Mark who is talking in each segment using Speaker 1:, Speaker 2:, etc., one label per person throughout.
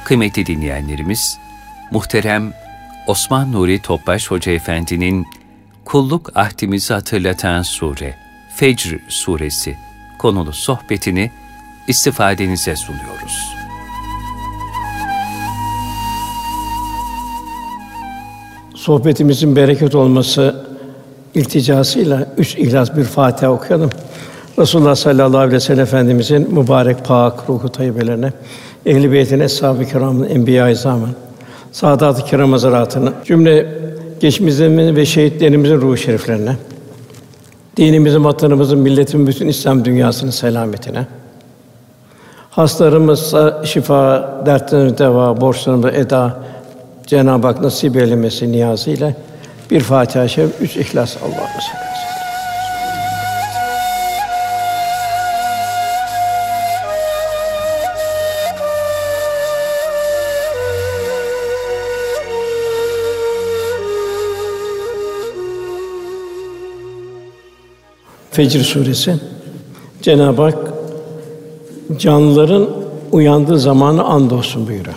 Speaker 1: Kıymetli dinleyenlerimiz, muhterem Osman Nuri Topbaş Hoca Efendi'nin kulluk ahdimizi hatırlatan sure, Fecr suresi konulu sohbetini istifadenize sunuyoruz.
Speaker 2: Sohbetimizin bereket olması ilticasıyla 3 İhlas bir Fatiha okuyalım. Resulullah sallallahu aleyhi ve sellem Efendimizin mübarek pak ruhu tayyibelerine, ehl-i beytin, eshab-ı kiramın, enbiya-i izamın, saadat-ı kiram hazaratına, cümle geçmişlerimizin ve şehitlerimizin ruhu şeriflerine, dinimizin, vatanımızın, milletimizin, bütün İslam dünyasının selametine, hastalarımıza şifa, dertlerimize deva, borçlarımıza eda, Cenab-ı Hak nasip eylemesi niyazıyla bir Fatiha-i Şerif, 3 İhlas. Allahümme salli aleyhi ve sellem. Fecr suresi. Cenab-ı Hak canlıların uyandığı zamanı andolsun buyuruyor.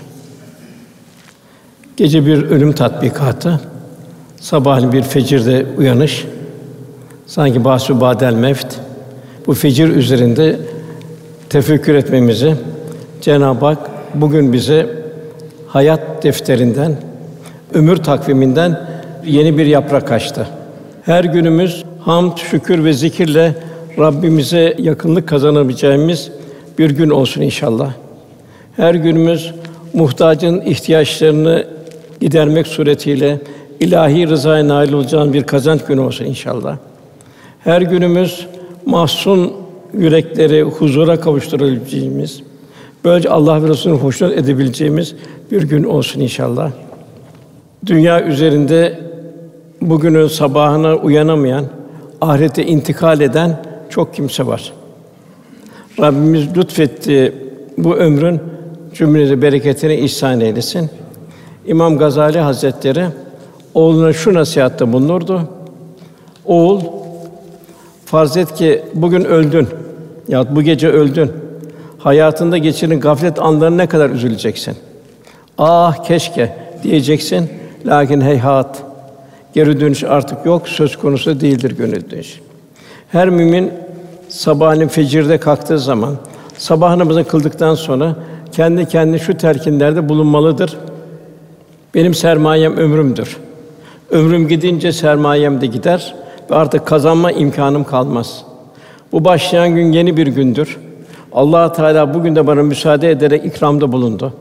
Speaker 2: Gece bir ölüm tatbikatı, sabahleyin bir fecirde uyanış, sanki bâsü bâdel mevt. Bu fecir üzerinde tefekkür etmemizi Cenab-ı Hak bugün bize hayat defterinden, ömür takviminden yeni bir yaprak açtı. Her günümüz hamd, şükür ve zikirle Rabbimize yakınlık kazanabileceğimiz bir gün olsun inşallah. Her günümüz muhtacın ihtiyaçlarını gidermek suretiyle ilahi rızaya nail olacağın bir kazanç günü olsun inşallah. Her günümüz mahzun yürekleri huzura kavuşturabileceğimiz, böylece Allah ve Resulü'nü hoşnut edebileceğimiz bir gün olsun inşallah. Dünya üzerinde bugünün sabahına uyanamayan, ahirete intikal eden çok kimse var. Rabbimiz lütfetti bu ömrün cümlede bereketini ihsan eylesin. İmam Gazali Hazretleri oğluna şu nasihatte bulunurdu: Oğul, farz et ki bugün öldün yahut bu gece öldün. Hayatında geçiren gaflet anlarına ne kadar üzüleceksin. Ah keşke diyeceksin. Lakin heyhat, geri dönüş artık yok, söz konusu değildir gönül dönüş. Her mümin sabahleyin fecirde kalktığı zaman, sabah namazını kıldıktan sonra kendi kendine şu telkinlerde bulunmalıdır: Benim sermayem ömrümdür. Ömrüm gidince sermayem de gider ve artık kazanma imkânım kalmaz. Bu başlayan gün yeni bir gündür. Allah Teala bugün de bana müsaade ederek ikramda bulundu.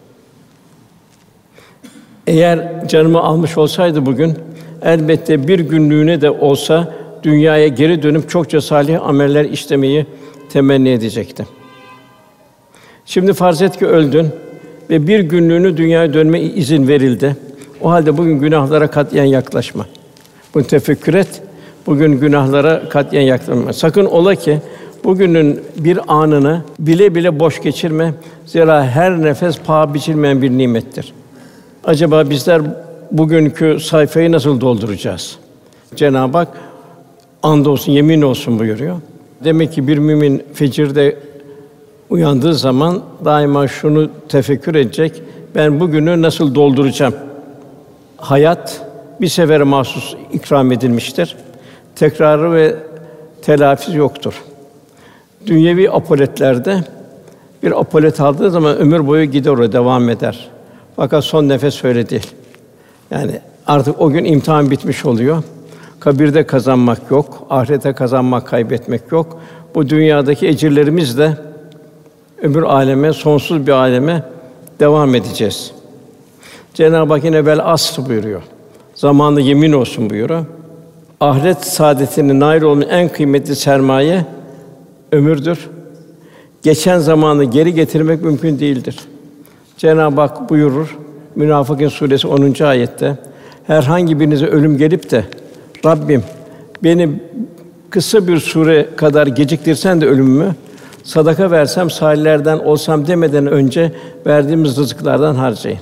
Speaker 2: Eğer canımı almış olsaydı bugün, elbette bir günlüğüne de olsa dünyaya geri dönüp çokça salih ameller işlemeyi temenni edecektim. Şimdi farz et ki öldün ve bir günlüğünü dünyaya dönme izin verildi. O halde bugün günahlara katiyen yaklaşma. Bunu tefekkür et. Bugün günahlara katiyen yaklaşma. Sakın ola ki bugünün bir anını bile bile boş geçirme. Zira her nefes paha biçilmeyen bir nimettir. Acaba bizler bugünkü sayfayı nasıl dolduracağız? Cenab-ı Hak andolsun, yemin olsun buyuruyor. Demek ki bir mümin fecirde uyandığı zaman daima şunu tefekkür edecek: Ben bugünü nasıl dolduracağım? Hayat bir sefere mahsus ikram edilmiştir. Tekrarı ve telafisi yoktur. Dünyevi apoletlerde bir apolet aldığı zaman ömür boyu gider, oraya devam eder. Fakat son nefes öyle değil. Yani artık o gün imtihan bitmiş oluyor. Kabirde kazanmak yok, ahirete kazanmak, kaybetmek yok. Bu dünyadaki ecirlerimiz de öbür aleme, sonsuz bir aleme devam edeceğiz. Cenab-ı Hak yine vel asr buyuruyor. Zamanla yemin olsun buyuruyor. Ahiret saadetine nail olmanın en kıymetli sermaye ömürdür. Geçen zamanı geri getirmek mümkün değildir. Cenab-ı Hak buyurur Münafıkîn suresi 10. ayette: Herhangi birinize ölüm gelip de Rabbim beni kısa bir süre kadar geciktirsen de ölümümü, sadaka versem, salihlerden olsam demeden önce verdiğimiz rızıklardan harcayın.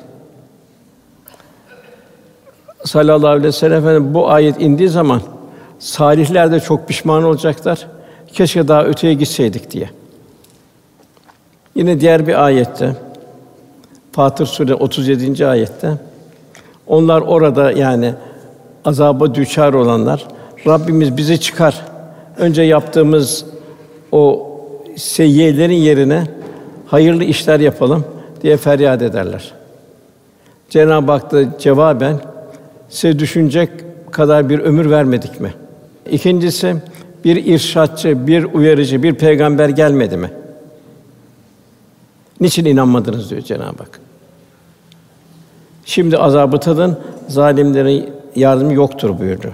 Speaker 2: Sallallahu aleyhi ve sellem Efendimiz bu ayet indiği zaman salihler de çok pişman olacaklar. Keşke daha öteye gitseydik diye. Yine diğer bir ayette Fatır Sûresi 37. ayette. Onlar orada yani azaba düçar olanlar, Rabbimiz bizi çıkar. Önce yaptığımız o seyyielerin yerine hayırlı işler yapalım diye feryat ederler. Cenab-ı Hak da cevaben size düşünecek kadar bir ömür vermedik mi? İkincisi, bir irşatçı, bir uyarıcı, bir peygamber gelmedi mi? Niçin inanmadınız diyor Cenab-ı Hak. Şimdi azabı tadın, zalimlerin yardımı yoktur buyurdu.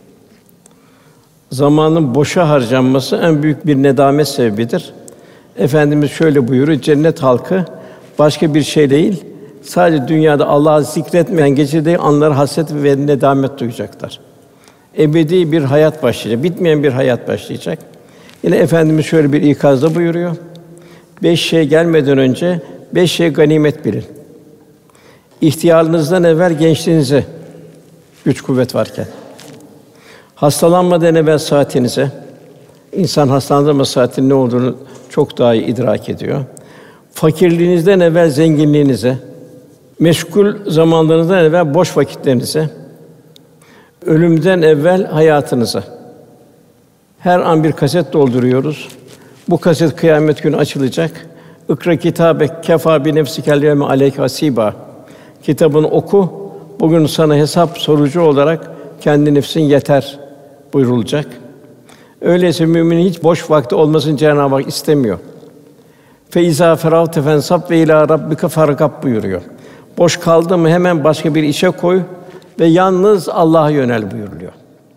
Speaker 2: Zamanın boşa harcanması en büyük bir nedamet sebebidir. Efendimiz şöyle buyuruyor: cennet halkı başka bir şey değil, sadece dünyada Allah'ı zikretmeyen geçirdiği anları hasret ve nedamet duyacaklar. Ebedi bir hayat başlayacak, bitmeyen bir hayat başlayacak. Yine Efendimiz şöyle bir ikazda buyuruyor: 5 şey gelmeden önce 5 şey ganimet bilin. İhtiyarlığınızdan evvel gençliğinize, güç kuvvet varken. Hastalanmadan evvel saatinize. İnsan hastalandığı zaman saatin ne olduğunu çok daha iyi idrak ediyor. Fakirliğinizden evvel zenginliğinize. Meşgul zamanlarınızdan evvel boş vakitlerinize. Ölümden evvel hayatınıza. Her an bir kaset dolduruyoruz. Bu kaset kıyamet günü açılacak. İkra kitabek kefâ bi nefsikel yevme aleyke hasîbâ. Kitabını oku. Bugün sana hesap sorucu olarak kendi nefsin yeter buyurulacak. Öyleyse müminin hiç boş vakti olmasını Cenab-ı Hak istemiyor. Fe izâ feragte fensab ve ilâ rabbike fargab buyuruyor. Boş kaldı mı hemen başka bir işe koy ve yalnız Allah'a yönel buyuruluyor.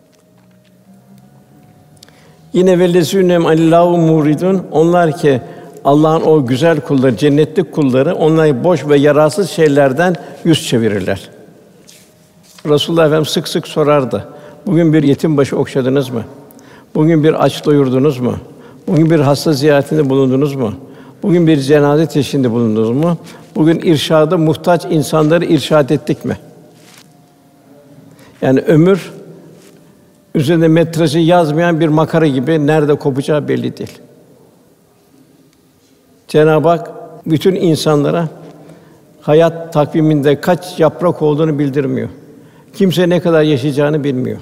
Speaker 2: Yine vellezînem alillâhu muridun, onlar ki Allah'ın o güzel kulları, cennetlik kulları, onlar boş ve yararsız şeylerden yüz çevirirler. Resulullah Efendimiz sık sık sorardı: bugün bir yetim başı okşadınız mı? Bugün bir aç doyurdunuz mu? Bugün bir hasta ziyaretinde bulundunuz mu? Bugün bir cenaze teşhirinde bulundunuz mu? Bugün irşada muhtaç insanları irşad ettik mi? Yani ömür üzerinde metrajı yazmayan bir makara gibi, nerede kopacağı belli değil. Cenab-ı Hak bütün insanlara hayat takviminde kaç yaprak olduğunu bildirmiyor. Kimse ne kadar yaşayacağını bilmiyor.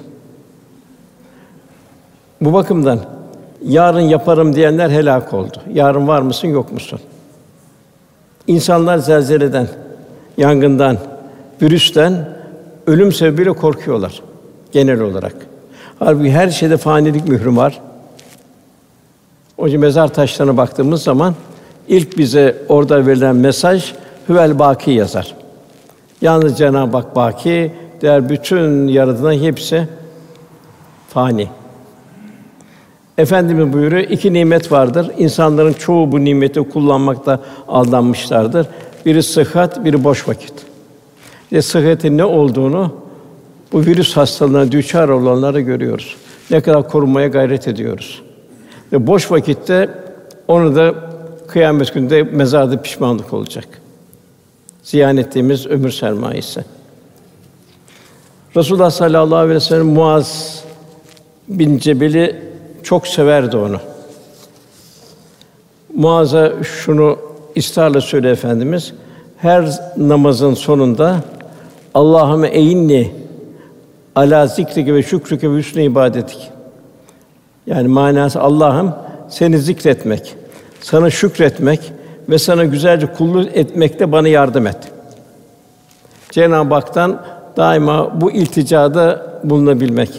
Speaker 2: Bu bakımdan yarın yaparım diyenler helak oldu. Yarın var mısın, yok musun? İnsanlar zelzeleden, yangından, virüsten, ölüm sebebiyle korkuyorlar genel olarak. Halbuki her şeyde fanilik mührü var. O yüzden mezar taşlarına baktığımız zaman ilk bize orada verilen mesaj Huvel Bâkî yazar. Yalnız Cenab-ı Hak bâkî, diğer bütün yaratılan hepsi fani. Efendimiz buyuruyor: 2 nimet vardır. İnsanların çoğu bu nimeti kullanmakta aldanmışlardır. Biri sıhhat, biri boş vakit. Sıhhatin ne olduğunu bu virüs hastalığına düçar olanları görüyoruz. Ne kadar korunmaya gayret ediyoruz. Ve boş vakitte onu da kıyamet gününde mezarda pişmanlık olacak. Ziyan ettiğimiz ömür sermayesi. Resulullah sallallahu aleyhi ve sellem Muaz bin Cebel'i çok severdi onu. Muaz'a şunu ısrarla söylüyor Efendimiz: her namazın sonunda Allahümme e'inni alâ zikrike ve şükrike ve husnü ibadetik. Yani manası, Allah'ım seni zikretmek, sana şükretmek ve sana güzelce kulluk etmekte bana yardım et. Cenab-ı Hak'tan daima bu ilticada bulunabilmek.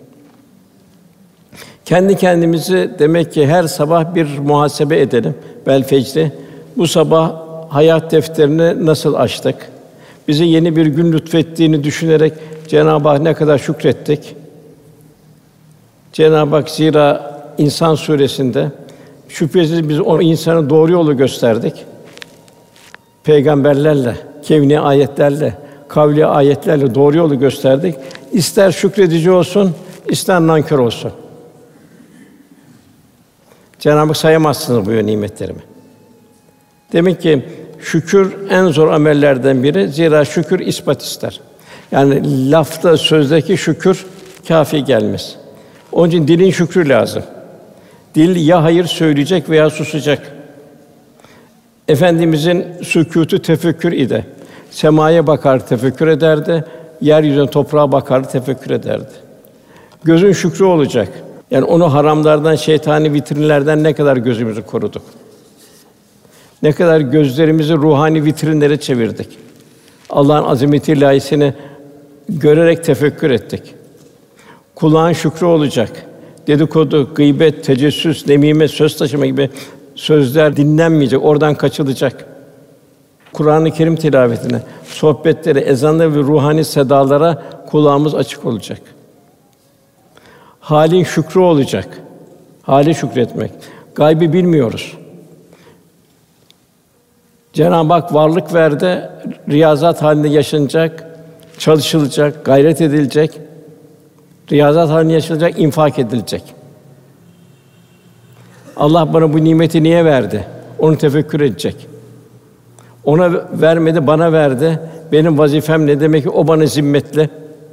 Speaker 2: Kendi kendimizi demek ki her sabah bir muhasebe edelim. Vel fecri. Bu sabah hayat defterini nasıl açtık? Bize yeni bir gün lütfettiğini düşünerek Cenab-ı Hak ne kadar şükrettik? Cenab-ı Hak zira İnsan Sûresinde şüphesiz biz o insanı doğru yolu gösterdik. Peygamberlerle, kevni ayetlerle, kavli ayetlerle doğru yolu gösterdik. İster şükredici olsun, ister nankör olsun. Cenab-ı Hak sayamazsınız bu nimetlerimi. Demek ki şükür en zor amellerden biri. Zira şükür ispat ister. Yani lafta, sözdeki şükür kâfi gelmez. Onun için dilin şükrü lazım. Dil ya hayır söyleyecek veya susacak. Efendimizin sükûtu tefekkür idi. Semaya bakar tefekkür ederdi, yeryüzüne toprağa bakar tefekkür ederdi. Gözün şükrü olacak. Yani onu haramlardan, şeytani vitrinlerden ne kadar gözümüzü koruduk. Ne kadar gözlerimizi ruhani vitrinlere çevirdik. Allah'ın azameti ilahisini görerek tefekkür ettik. Kulağın şükrü olacak. Dedikodu, gıybet, tecessüs, nemime, söz taşıma gibi sözler dinlenmeyecek, oradan kaçılacak. Kur'an-ı Kerim tilavetine, sohbetlere, ezanlara ve ruhani sedalara kulağımız açık olacak. Hâlin şükrü olacak. Hâli şükretmek. Gaybı bilmiyoruz. Cenab-ı Hak varlık verdi, riyazat halinde yaşanacak, çalışılacak, gayret edilecek. Riyazat halinde yaşanacak, infak edilecek. Allah bana bu nimeti niye verdi? Onu tefekkür edecek. Ona vermedi, bana verdi. Benim vazifem ne? Demek ki o bana zimmetli.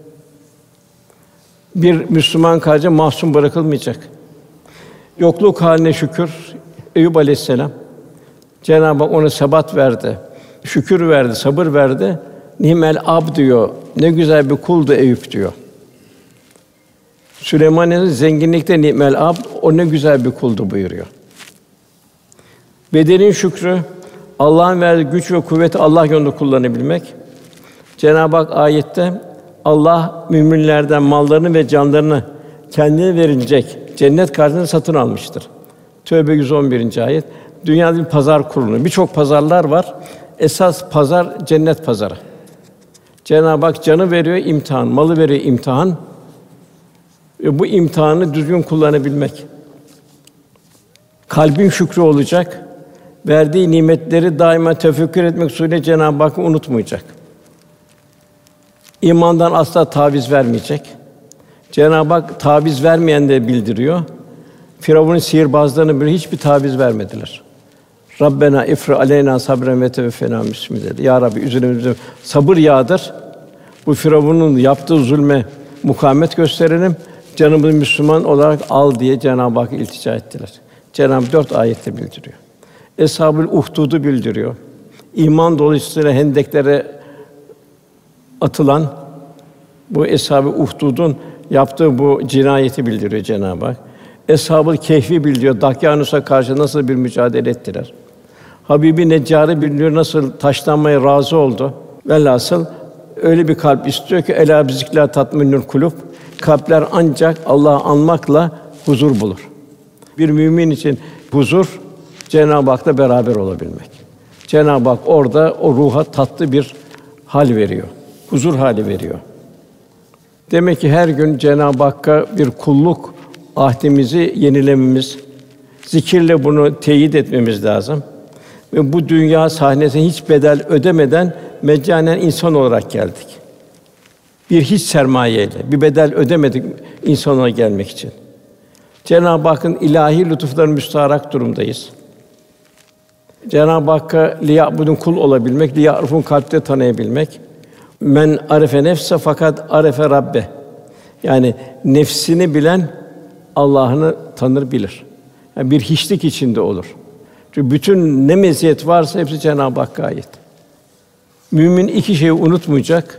Speaker 2: Bir Müslüman kardeşe mahzun bırakılmayacak. Yokluk haline şükür. Eyüp Aleyhisselam Cenab-ı Hak ona sebat verdi, şükür verdi, sabır verdi. Nimel abd diyor. Ne güzel bir kuldu Eyüp diyor. Süleyman'ın zenginlikte nimel abd, o ne güzel bir kuldu buyuruyor. Bedenin şükrü, Allah'ın verdiği güç ve kuvveti Allah yolunda kullanabilmek. Cenab-ı Hak ayette Allah müminlerden mallarını ve canlarını kendine verilecek cennet karşılığında satın almıştır. Tövbe 111. ayet. Dünyada bir pazar kurulu. Birçok pazarlar var. Esas pazar cennet pazarı. Cenab-ı Hak canı veriyor imtihan, malı veriyor imtihan. Ve bu imtihanı düzgün kullanabilmek. Kalbin şükrü olacak. Verdiği nimetleri daima tefekkür etmek suretiyle Cenab-ı Hakk'ı unutmayacak. İmandan asla taviz vermeyecek. Cenab-ı Hak taviz vermeyenleri bildiriyor. Firavun'un sihirbazlarına bile hiçbir taviz vermediler. Rabbena ifri aleyna sabren ve teveffena müslimin dedi. Ya Rabbi üzerimize sabır yağdır. Bu Firavun'un yaptığı zulme mukavemet gösterelim. Canımızı Müslüman olarak al diye Cenab-ı Hakk'a iltica ettiler. Cenab-ı Hak 4 ayette bildiriyor. Eshab-ül Uhdud'u bildiriyor. İman dolayısıyla hendeklere atılan bu Eshab-ı Uhdud'un yaptığı bu cinayeti bildiriyor Cenab-ı Hak. Eshab-ı Kehf'i bildiriyor. Dakyanus'a karşı nasıl bir mücadele ettiler. Habib-i Neccar'ı bildiriyor, nasıl taşlanmaya razı oldu. Velhasıl öyle bir kalp istiyor ki elâ bizikrillahi tatmainnul kulûb. Kalpler ancak Allah'ı anmakla huzur bulur. Bir mümin için huzur Cenab-ı Hak'la beraber olabilmek. Cenab-ı Hak orada o ruha tatlı bir hal veriyor. Huzur hali veriyor. Demek ki her gün Cenab-ı Hakk'a bir kulluk ahdimizi yenilememiz, zikirle bunu teyit etmemiz lazım. Ve bu dünya sahnesine hiç bedel ödemeden meccanen insan olarak geldik. Bir hiç sermayeyle, bir bedel ödemedik insan olarak gelmek için. Cenab-ı Hakk'ın ilahi lütuflarına müstaharak durumdayız. Cenab-ı Hakk'a liya'budun kul olabilmek, liya'rifun kalpte tanıyabilmek. Men arefe nefse fakat arefe Rabbe. Yani nefsini bilen Allah'ını tanır bilir. Yani bir hiçlik içinde olur. Çünkü bütün ne meziyet varsa hepsi Cenab-ı Hakk'a ait. Mümin iki şeyi unutmayacak.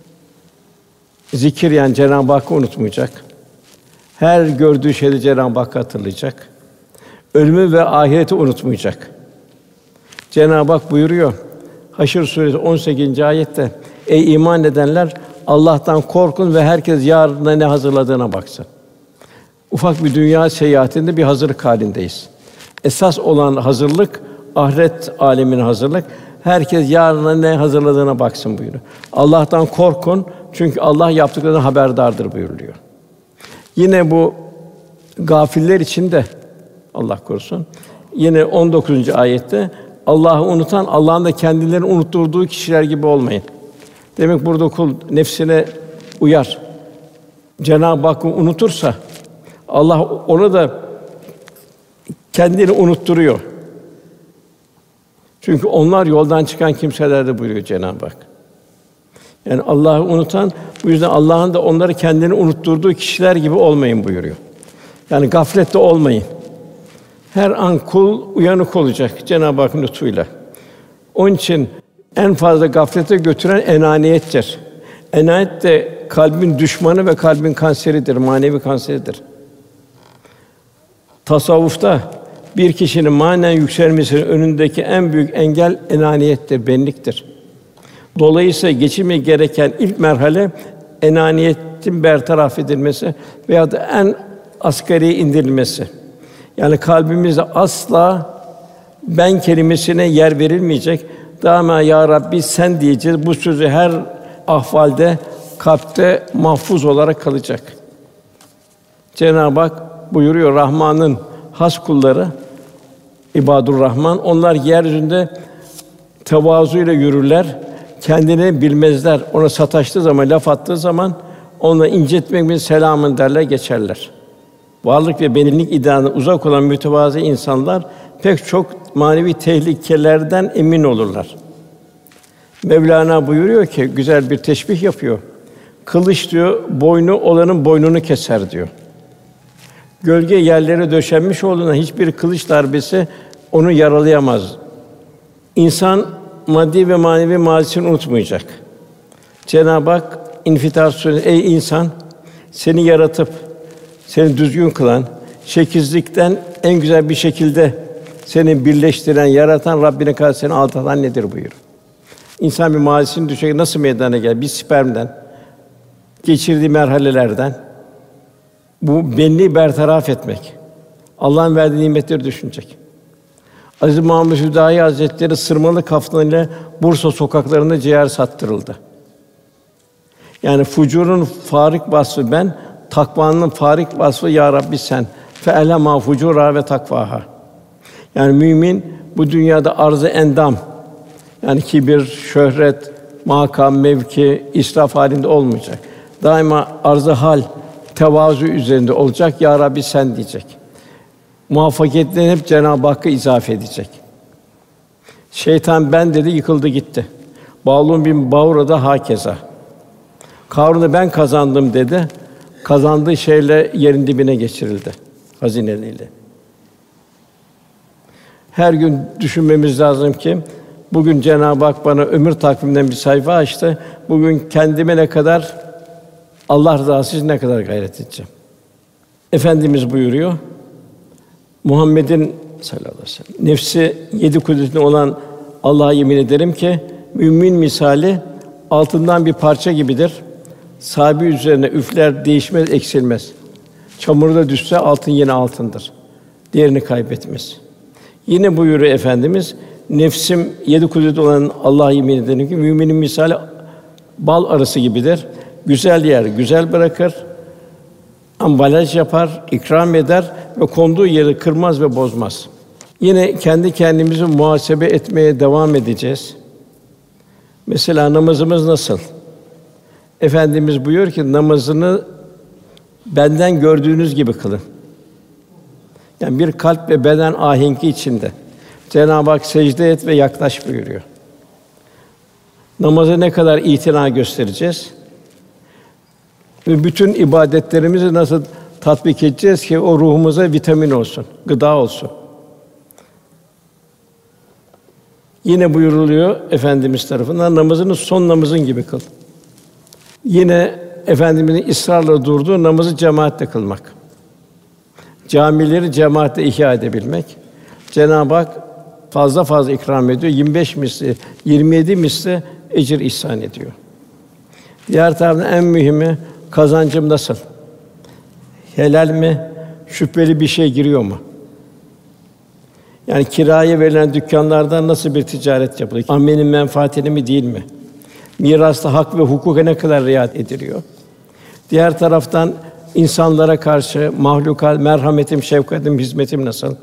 Speaker 2: Zikir yani Cenab-ı Hakk'ı unutmayacak. Her gördüğü şeyde Cenab-ı Hakk'ı hatırlayacak. Ölümü ve ahireti unutmayacak. Cenab-ı Hak buyuruyor Haşr suresi 18. ayette: Ey iman edenler, Allah'tan korkun ve herkes yarına ne hazırladığına baksın. Ufak bir dünya seyahatinde bir hazırlık halindeyiz. Esas olan hazırlık ahiret alemine hazırlık. Herkes yarına ne hazırladığına baksın buyuruyor. Allah'tan korkun çünkü Allah yaptıklarından haberdardır buyuruluyor. Yine bu gafiller için de Allah korusun. Yine 19. ayette Allah'ı unutan, Allah'ın da kendilerini unutturduğu kişiler gibi olmayın. Demek burada kul nefsine uyar. Cenab-ı Hakk'ı unutursa Allah onu da kendini unutturuyor. Çünkü onlar yoldan çıkan kimselerde buyuruyor Cenab-ı Hak. Yani Allah'ı unutan, bu yüzden Allah'ın da onları kendini unutturduğu kişiler gibi olmayın buyuruyor. Yani gaflette olmayın. Her an kul uyanık olacak Cenab-ı Hakk'ın lütfuyla. Onun için en fazla gaflete götüren enaniyettir. Enaniyet de kalbin düşmanı ve kalbin kanseridir, manevi kanseridir. Tasavvufta bir kişinin manen yükselmesinin önündeki en büyük engel enaniyettir, benliktir. Dolayısıyla geçilmeye gereken ilk merhale enaniyetin bertaraf edilmesi veya da en asgari indirilmesi. Yani kalbimizde asla ben kelimesine yer verilmeyecek. Daima ya Rabbi sen diyeceğiz. Bu sözü her ahvalde kalpte mahfuz olarak kalacak. Cenab-ı Hak buyuruyor, Rahman'ın has kulları İbadur Rahman, onlar yeryüzünde tevazuyla yürürler, kendini bilmezler. Ona sataştığı zaman, laf attığı zaman onu incitmek için selamın derler, geçerler. Varlık ve benlik idealına uzak olan mütevazı insanlar pek çok manevi tehlikelerden emin olurlar. Mevlana buyuruyor ki, güzel bir teşbih yapıyor. Kılıç diyor, boynu olanın boynunu keser diyor. Gölge yerlere döşenmiş olduğundan hiçbir kılıç darbesi onu yaralayamaz. İnsan maddi ve manevi mazisini unutmayacak. Cenab-ı Hak İnfitar Suresi, ey insan, seni yaratıp seni düzgün kılan, şekilsizlikten en güzel bir şekilde seni birleştiren, yaratan Rabbine karşı seni aldatan nedir buyuruyor. İnsan bir mazisini düşecek, nasıl meydana gelir? Bir spermden, geçirdiği merhalelerden, bu benliği bertaraf etmek, Allah'ın verdiği nimetleri düşünecek. Aziz Mahmud Hüdayi Hazretleri sırmalı kaftanıyla Bursa sokaklarında ciğer sattırıldı. Yani fucurun farik vasfı ben, takvanın farik vasfı ya Rabbi sen. Fe'elema fucura ve takvaha. Yani mümin bu dünyada arz-ı endam, yani kibir, şöhret, makam, mevki, israf halinde olmayacak. Daima arz-ı hal, tevazu üzerinde olacak. Ya Rabbi sen diyecek. Muvaffakiyetlerini hep Cenab-ı Hakk'a izafe edecek. Şeytan ben dedi, yıkıldı gitti. Bağlun bin Bağura da hakeza. Karun'u ben kazandım dedi. Kazandığı şeyle yerin dibine geçirildi hazineleriyle. Her gün düşünmemiz lazım ki bugün Cenab-ı Hak bana ömür takviminden bir sayfa açtı. Bugün kendime ne kadar Allah rızası için ne kadar gayret edeceğim. Efendimiz buyuruyor. Muhammed'in sallallahu aleyhi ve sellem nefsi yedi kudretinde olan Allah'a yemin ederim ki mümin misali altından bir parça gibidir. Sahibi üzerine üfler, değişmez, eksilmez. Çamurda düşse altın yine altındır. Değerini kaybetmez. Yine buyuruyor Efendimiz, nefsim yedi kudret olan Allah'a yemin ederim ki müminin misali bal arısı gibidir. Güzel yer güzel bırakır, ambalaj yapar, ikram eder ve konduğu yeri kırmaz ve bozmaz. Yine kendi kendimizi muhasebe etmeye devam edeceğiz. Mesela namazımız nasıl? Efendimiz buyuruyor ki namazını benden gördüğünüz gibi kılın. Yani bir kalp ve beden ahengi içinde. Cenab-ı Hak secde et ve yaklaş buyuruyor. Namaza ne kadar itina göstereceğiz? Ve bütün ibadetlerimizi nasıl tatbik edeceğiz ki o ruhumuza vitamin olsun, gıda olsun. Yine buyuruluyor Efendimiz tarafından namazını son namazın gibi kıl. Yine Efendimizin ısrarla durduğu namazı cemaatle kılmak. Camileri cemaatle ihya edebilmek. Cenab-ı Hak fazla fazla ikram ediyor. 25 misli, 27 misli ecir ihsan ediyor. Diğer taraftan en mühimi kazancım nasıl? Helal mi? Şüpheli bir şey giriyor mu? Yani kiraya verilen dükkânlardan nasıl bir ticaret yapılıyor? Ammenin menfaatine mi değil mi? Mirasta hak ve hukuka ne kadar riayet ediliyor? Diğer taraftan insanlara karşı mahlukat merhametim, şefkatim, hizmetim nasıl?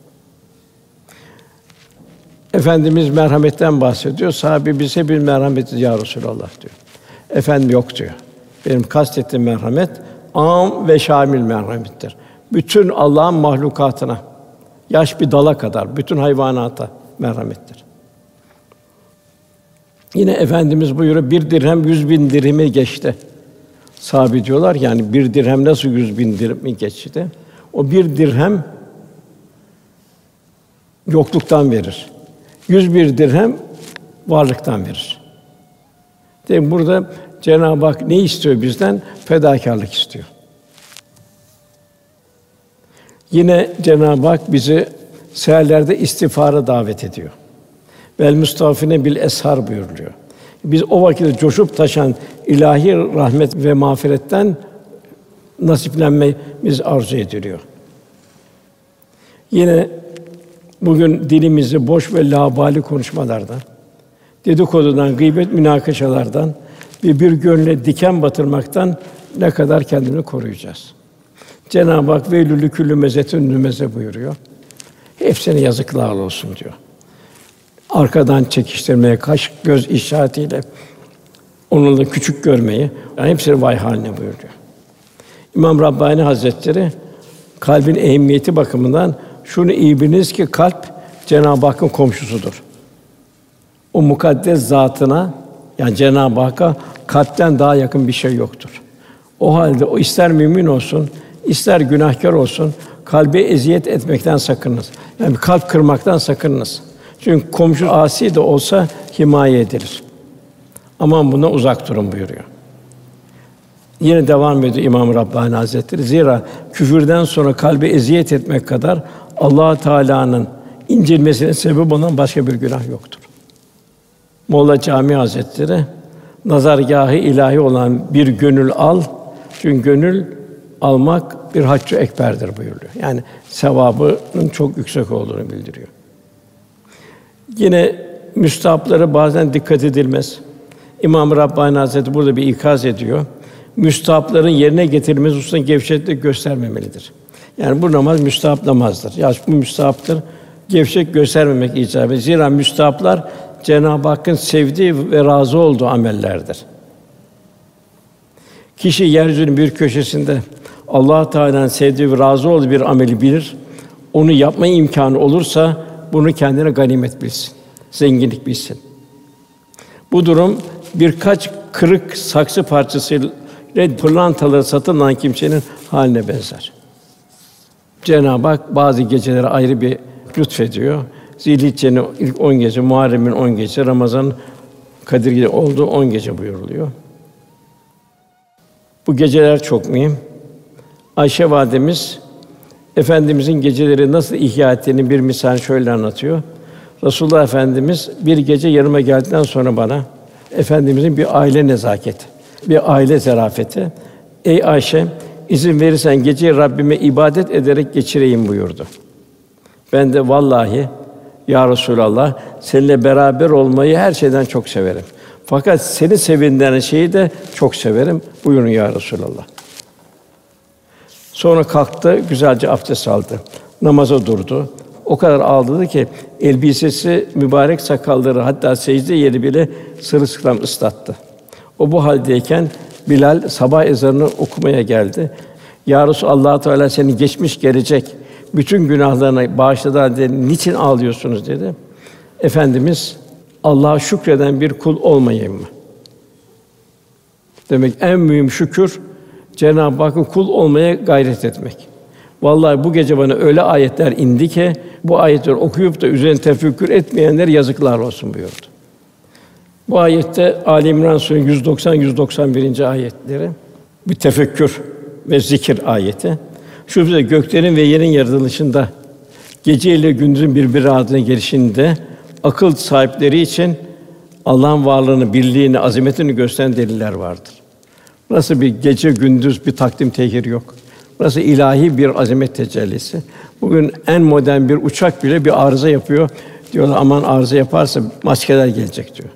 Speaker 2: Efendimiz merhametten bahsediyor. Sahabe bize bir merhametiz ya Resulallah diyor. Efendim yok diyor. Benim kastettiğim merhamet âm ve şâmil merhamettir. Bütün Allah'ın mahlukatına, yaş bir dala kadar bütün hayvanata merhamettir. Yine Efendimiz buyuruyor, bir dirhem 100.000 dirhemi geçti. Sahabe diyorlar yani bir dirhem nasıl 100.000 dirhemi geçti? O bir dirhem yokluktan verir. 101 dirhem varlıktan verir. Demek burada Cenab-ı Hak ne istiyor bizden? Fedakârlık istiyor. Yine Cenab-ı Hak bizi seherlerde istiğfara davet ediyor. Vel mustafine bil eshar buyuruluyor. Biz o vakitte coşup taşan ilahi rahmet ve mağfiretten nasiplenmemiz arzu ediliyor. Yine bugün dilimizi boş ve laubali konuşmalardan, dedikodudan, gıybet münakaşalardan ve bir gönle diken batırmaktan ne kadar kendimizi koruyacağız? Cenab-ı Hak veylülü küllü mezetün nümeze buyuruyor. Hepsine yazıklar olsun diyor. Arkadan çekiştirmeye, kaş göz işaretiyle onunla küçük görmeyi, yani hepsine vay haline buyuruyor. İmam Rabbani Hazretleri kalbin ehemmiyeti bakımından şunu iyi biliniz ki kalp Cenab-ı Hakk'ın komşusudur. O mukaddes zatına, yani Cenab-ı Hakk'a kalpten daha yakın bir şey yoktur. O halde o ister mümin olsun, ister günahkar olsun, kalbe eziyet etmekten sakınınız. Yani kalp kırmaktan sakınınız. Çünkü komşu asi de olsa himaye edilir. Aman bundan uzak durun buyuruyor. Yine devam ediyor İmam Rabbani Hazretleri. Zira küfürden sonra kalbe eziyet etmek kadar Allah Teala'nın incinmesine sebep olan başka bir günah yoktur. Molla Cami Hazretleri nazargâh-ı ilahi olan bir gönül al. Çünkü gönül almak bir haccı ekberdir buyuruyor. Yani sevabının çok yüksek olduğunu bildiriyor. Yine müstahaplara bazen dikkat edilmez. İmam Rabbani Hazretleri burada bir ikaz ediyor. Müstahapların yerine getirilmesi hususunda gevşeklik göstermemelidir. Yani bu namaz müstahap namazdır. Ya bu müstahaptır. Gevşek göstermemek icap ediyor. Zira müstahaplar Cenab-ı Hakk'ın sevdiği ve razı olduğu amellerdir. Kişi yeryüzünün bir köşesinde Allah Teala'nın sevdiği ve razı olduğu bir ameli bilir. Onu yapma imkânı olursa bunu kendine ganimet bilsin. Zenginlik bilsin. Bu durum birkaç kırık saksı parçasıyla pırlantaları satın alan kimsenin haline benzer. Cenab-ı Hak bazı gecelere ayrı bir lütfediyor. Zilhicce'nin ilk 10 gece, Muharrem'in 10 gece, Ramazan'ın Kadir Gecesi olduğu 10 gece buyuruluyor. Bu geceler çok mühim. Ayşe validemiz Efendimizin geceleri nasıl ihya ettiğini bir misal şöyle anlatıyor. Resulullah Efendimiz bir gece yanıma geldikten sonra bana Efendimizin bir aile nezaketi, bir aile zarafeti. Ey Ayşe, izin verirsen geceyi Rabbime ibadet ederek geçireyim buyurdu. Ben de vallahi ya Resulallah seninle beraber olmayı her şeyden çok severim. Fakat seni sevindiren şeyi de çok severim. Buyurun ya Resulallah. Sonra kalktı, güzelce abdest aldı. Namaza durdu. O kadar ağladı ki elbisesi, mübarek sakalları hatta secde yeri bile sırılsıklam ıslattı. O bu haldeyken Bilal sabah ezanını okumaya geldi. Ya Resulallah, Allah Teala seni geçmiş gelecek bütün günahlarını bağışladı halde niçin ağlıyorsunuz dedi. Efendimiz Allah'a şükreden bir kul olmayayım mı? Demek en mühim şükür Cenab-ı Hakk'ın kul olmaya gayret etmek. Vallahi bu gece bana öyle ayetler indi ki bu ayetleri okuyup da üzerine tefekkür etmeyenlere yazıklar olsun buyurdu. Bu ayette Ali İmran Sûresi 190-191. ayetleri bir tefekkür ve zikir ayeti. Şüphesiz göklerin ve yerin yaratılışında gece ile gündüzün birbiri ardına gelişinde akıl sahipleri için Allah'ın varlığını, birliğini, azametini gösteren deliller vardır. Nasıl bir gece gündüz bir takdim tehir yok. Burası ilahi bir azamet tecellisi. Bugün en modern bir uçak bile bir arıza yapıyor. Diyorlar aman arıza yaparsa maskeler gelecek diyor.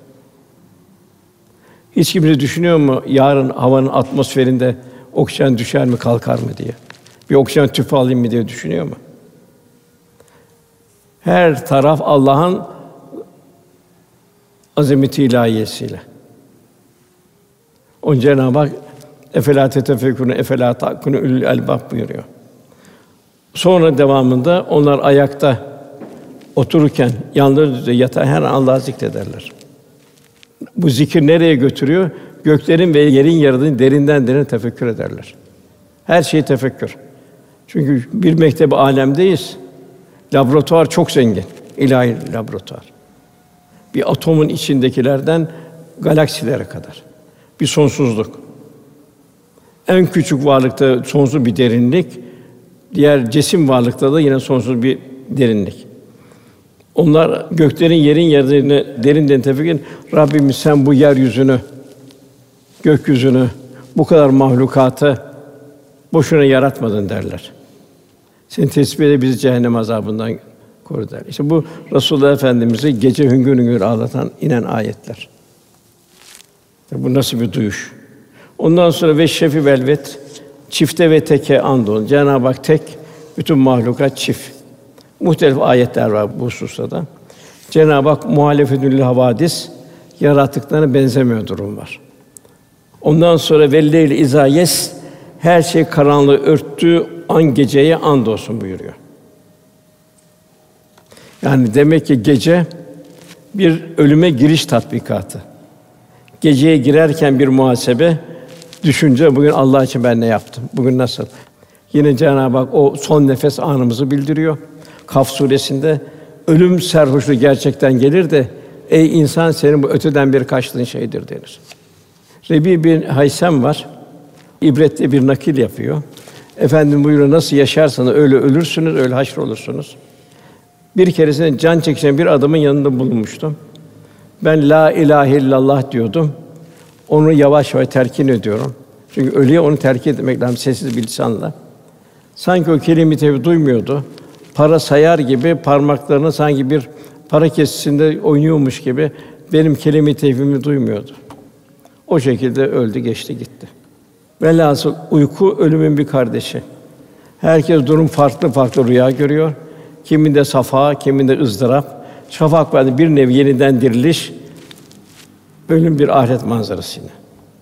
Speaker 2: Hiç kimse düşünüyor mu yarın havanın atmosferinde oksijen düşer mi kalkar mı diye? Bir oksijen tüpü alayım mı diye düşünüyor mu? Her taraf Allah'ın azameti ilahiyesiyle. Onun Cenab-ı Hak "Efela tetefekkürün, efela ta'kulun ulul albab" buyuruyor. Sonra devamında onlar ayakta otururken yanlarında yatağa her an Allah'ı zikrederler. Bu zikir nereye götürüyor? Göklerin ve yerin yaradığını derinden derine tefekkür ederler. Her şey tefekkür. Çünkü bir mektep-i âlemdeyiz. Laboratuvar çok zengin, ilahi laboratuvar. Bir atomun içindekilerden galaksilere kadar. Bir sonsuzluk. En küçük varlıkta sonsuz bir derinlik, diğer cisim varlıkta da yine sonsuz bir derinlik. Onlar göklerin yerin yerine derinden tefekkür, Rabbimiz sen bu yeryüzünü, gökyüzünü, bu kadar mahlukatı boşuna yaratmadın derler. Seni tesbih ede bizi cehennem azabından koru der. İşte bu Resulullah Efendimiz'i gece hüngür hüngür ağlatan inen ayetler. Bu nasıl bir duyuş? Ondan sonra ve şefi velvet, çifte ve teke andolsun. Cenab-ı Hak tek, bütün mahlukat çift. Muhtelif ayetler var bu hususta da. Cenab-ı Hak muhalefetül havadis, yarattıklarına benzemiyor durum var. Ondan sonra velleyl izâ yes, her şey karanlığı örttüğü an geceye andolsun buyuruyor. Yani demek ki gece bir ölüme giriş tatbikatı. Geceye girerken bir muhasebe, düşünce bugün Allah için ben ne yaptım? Bugün nasıl? Yine Cenab-ı Hak o son nefes anımızı bildiriyor. Kaf suresinde ölüm serhoşluğu gerçekten gelir de ey insan senin bu öteden beri kaçtığın şeydir denir. Rebi bin Haysem var. İbretli bir nakil yapıyor. Efendim buyuruyor nasıl yaşarsanız öyle ölürsünüz, öyle haşrolursunuz. Bir keresinde can çekişen bir adamın yanında bulunmuştum. Ben la ilahe illallah diyordum. Onu yavaş yavaş terkin ediyorum. Çünkü ölüye onu terk etmek lazım sessiz bir lisanla. Sanki o kelime-i tevhid duymuyordu. Para sayar gibi parmaklarını sanki bir para kesesinde oynuyormuş gibi benim kelime-i tevhidimi duymuyordu. O şekilde öldü, geçti, gitti. Velhasıl uyku ölümün bir kardeşi. Herkes durum farklı farklı rüya görüyor. Kiminde safa, kiminde ızdırap. Şafak vakti bir nevi yeniden diriliş, ölüm bir ahiret manzarası yine.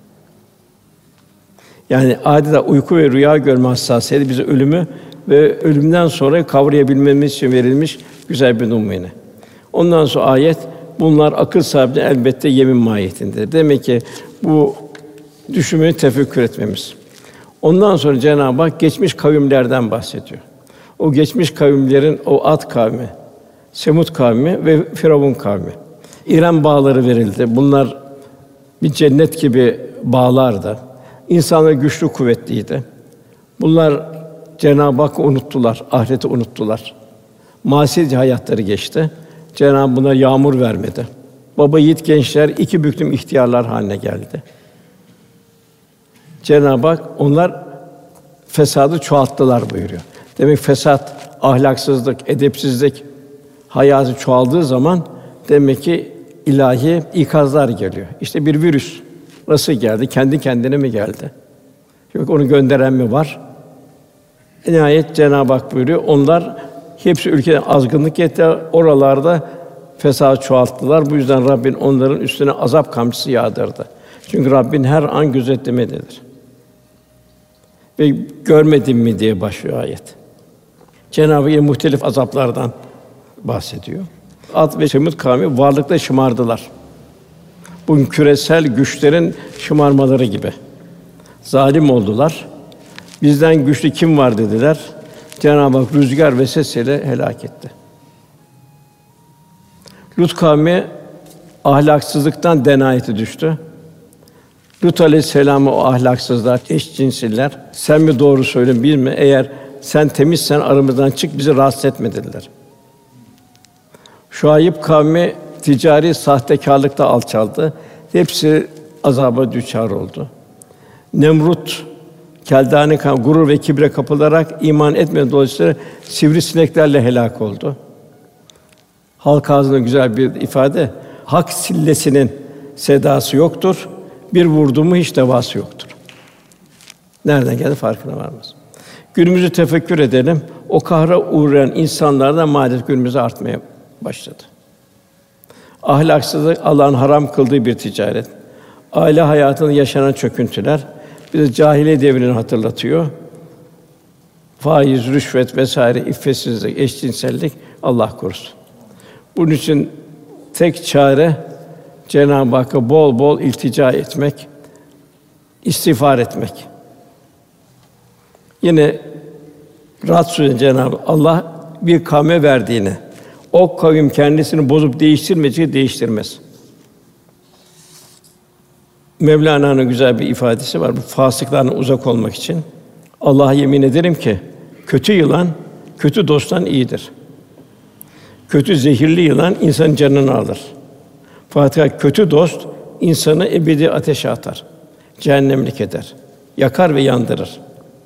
Speaker 2: Yani adeta uyku ve rüya görme hassasiyeti bize ölümü ve ölümden sonra kavrayabilmemiz için verilmiş güzel bir numune. Ondan sonra ayet, bunlar akıl sahibine elbette yemin mahiyetinde. Demek ki bu düşünmeyi tefekkür etmemiz. Ondan sonra Cenab-ı Hak geçmiş kavimlerden bahsediyor. O geçmiş kavimlerin o Ad kavmi, Semud kavmi ve Firavun kavmi. İrem bağları verildi. Bunlar bir cennet gibi bağlardı. İnsanlar güçlü, kuvvetliydi. Bunlar Cenab-ı Hakk'ı unuttular, ahireti unuttular. Masiyet hayatları geçti. Cenab-ı Hak buna yağmur vermedi. Baba yiğit gençler iki büklüm ihtiyarlar haline geldi. Cenab-ı Hak onlar fesadı çoğalttılar buyuruyor. Demek fesat, ahlaksızlık, edepsizlik hayatı çoğaldığı zaman demek ki ilahi ikazlar geliyor. İşte bir virüs nasıl geldi? Kendi kendine mi geldi? Yok onu gönderen mi var? Nihayet Cenab-ı Hak buyuruyor. Onlar hepsi ülkede azgınlık etti. Oralarda fesat çoğalttılar. Bu yüzden Rabbin onların üstüne azap kamçısı yağdırdı. Çünkü Rabbin her an gözetlemededir. Ve görmedin mi diye başlıyor ayet. Cenab-ı Hak muhtelif azaplardan bahsediyor. Ad ve Semud kavmi varlıkta şımardılar. Bugün küresel güçlerin şımarmaları gibi. Zalim oldular. Bizden güçlü kim var dediler. Cenab-ı Hak rüzgar ve sesiyle helak etti. Lut kavmi ahlaksızlıktan denayete düştü. Lut aleyhisselam'a o ahlaksızlar, eşcinsiller, sen mi doğru söylüyorsun, biz mi? Eğer sen temizsen aramızdan çık, bizi rahatsız etme dediler. Şuayb kavmi ticari sahtekârlıkta alçaldı. Hepsi azaba düçar oldu. Nemrut, Keldane kavmi gurur ve kibre kapılarak iman etmedi, dolayısıyla sivrisineklerle helak oldu. Halk ağzında güzel bir ifade, hak sillesinin sedası yoktur. Bir vurdu mu hiç devası yoktur. Nereden geldi farkına varmaz. Günümüzü tefekkür edelim. O kahra uğrayan insanlardan maalesef günümüzde artmaya başladı. Ahlaksızlık Allah'ın haram kıldığı bir ticaret. Aile hayatında yaşanan çöküntüler bize cahiliye devrini hatırlatıyor. Faiz, rüşvet vesaire, iffetsizlik, eşcinsellik Allah korusun. Bunun için tek çare Cenab-ı Hakk'a bol bol iltica etmek, istiğfar etmek. Yine Ra'd Sûresinde Cenab-ı Allah bir kavme verdiğini, O kavim kendisini bozup değiştirmeyecek, değiştirmez. Mevlana'nın güzel bir ifadesi var. Bu fasıklardan uzak olmak için. Allah'a yemin ederim ki kötü yılan kötü dosttan iyidir. Kötü zehirli yılan insanın canını alır. Fakat kötü dost insanı ebedi ateşe atar. Cehennemlik eder. Yakar ve yandırır.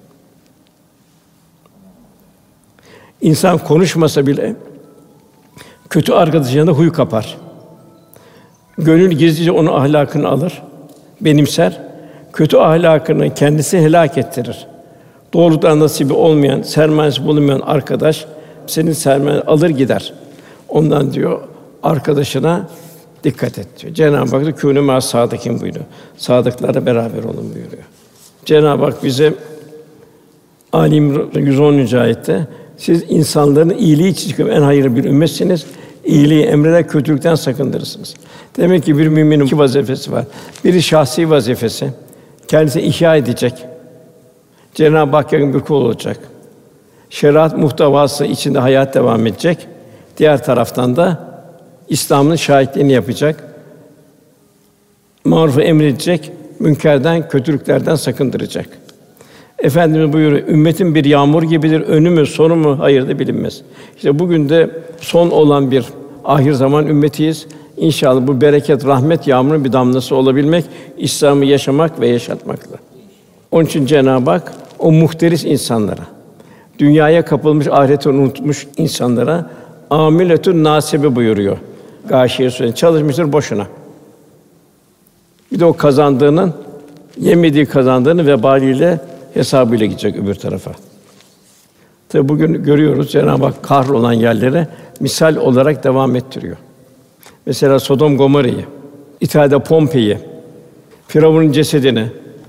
Speaker 2: İnsan konuşmasa bile kötü arkadaşın yanında huy kapar. Gönül gizlice onun ahlakını alır, benimser. Kötü ahlakını kendisi helak ettirir. Doğrultudan nasibi olmayan, sermayesi bulunmayan arkadaş senin sermayeni alır gider. Ondan diyor arkadaşına dikkat et diyor. Cenab-ı Hak da kûnû mâ's sâdikîn buyuruyor. Sadıklarla beraber olun buyuruyor. Cenab-ı Hak bize Ali İmran 110. ayette siz insanların iyiliği için çıkan en hayırlı bir ümmetsiniz. İyiliği emreder, kötülükten sakındırırsınız. Demek ki bir müminin iki vazifesi var. Biri şahsi vazifesi. Kendisini ihya edecek. Cenab-ı Hakk'ın bir kul olacak. Şeriat muhtevası içinde hayat devam edecek. Diğer taraftan da İslam'ın şahitliğini yapacak. Marufu emredecek, münkerden, kötülüklerden sakındıracak. Efendimiz buyuruyor, ümmetin bir yağmur gibidir, önü mü, sonu mu hayırda bilinmez. İşte bugün de son olan bir ahir zaman ümmetiyiz. İnşallah bu bereket, rahmet yağmurunun bir damlası olabilmek, İslam'ı yaşamak ve yaşatmakla. Onun için Cenab-ı Hak o muhteris insanlara, dünyaya kapılmış, ahireti unutmuş insanlara âmiletün nâsibe buyuruyor. Gâşiye Sûresi'nde çalışmıştır boşuna. Bir de o kazandığının, yemediği kazandığını vebaliyle hesabıyla gidecek öbür tarafa. Tabi bugün görüyoruz Cenab-ı Hak kahrolan yerlere misal olarak devam ettiriyor. Mesela Sodom Gomorra'yı, İtalya'da Pompei'yi, Firavun'un cesedini.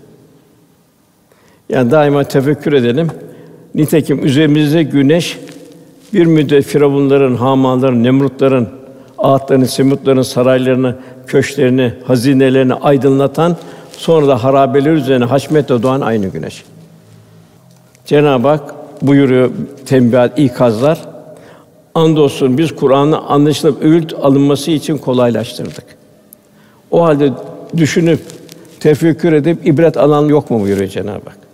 Speaker 2: Yani daima tefekkür edelim. Nitekim üzerimizde güneş bir müddet Firavunların, Hamanların, Nemrutların, Ağatların, Semutların saraylarını, köşklerini, hazinelerini aydınlatan, sonra da harabeler üzerine haşmetle doğan aynı güneş. Cenab-ı Hak buyuruyor tembihat, ikazlar. Andolsun biz Kur'an'ı anlaşılıp öğüt alınması için kolaylaştırdık. O halde düşünüp tefekkür edip ibret alan yok mu buyuruyor Cenab-ı Hak.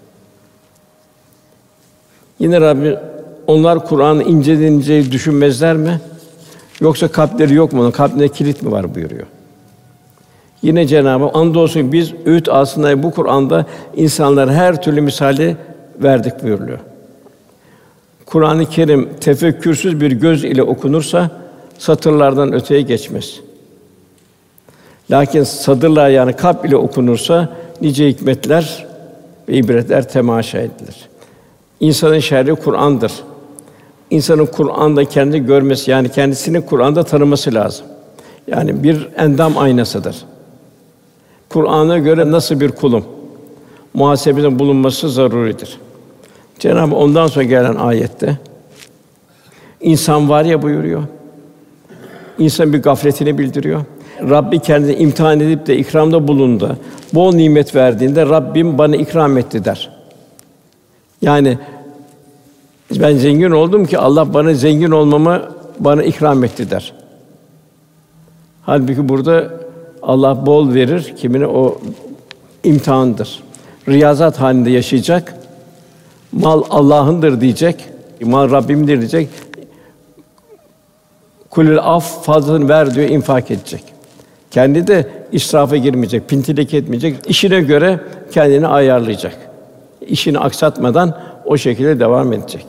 Speaker 2: Yine Rabbim onlar Kur'an'ı ince düşünmezler mi? Yoksa kalpleri yok mu? Kalplerinde kilit mi var buyuruyor. Yine Cenab-ı Hak andolsun biz öğüt alsınlar bu Kur'an'da insanlara her türlü misali verdik buyuruyor. Kur'an-ı Kerim tefekkürsüz bir göz ile okunursa satırlardan öteye geçmez. Lakin sadırlar yani kalp ile okunursa nice hikmetler ve ibretler temaşa edilir. İnsanın şerri Kur'an'dır. İnsanın Kur'an'da kendi görmesi yani kendisini Kur'an'da tanıması lazım. Yani bir endam aynasıdır. Kur'an'a göre nasıl bir kulum? Muhasebede bulunması zaruridir. Cenab-ı Hak ondan sonra gelen ayette insan var ya buyuruyor. İnsan bir gafletini bildiriyor. Rabbi kendini imtihan edip de ikramda bulundu. Bol nimet verdiğinde Rabbim bana ikram etti der. Yani ben zengin oldum ki Allah bana zengin olmamı bana ikram etti der. Halbuki burada Allah bol verir, kimine o imtihandır. Riyazat halinde yaşayacak. Mal Allah'ındır diyecek. Mal Rabbimdir diyecek. Kulül af fazlasını ver diyor, infak edecek. Kendi de israfa girmeyecek, pintilik etmeyecek. İşine göre kendini ayarlayacak. İşini aksatmadan o şekilde devam edecek.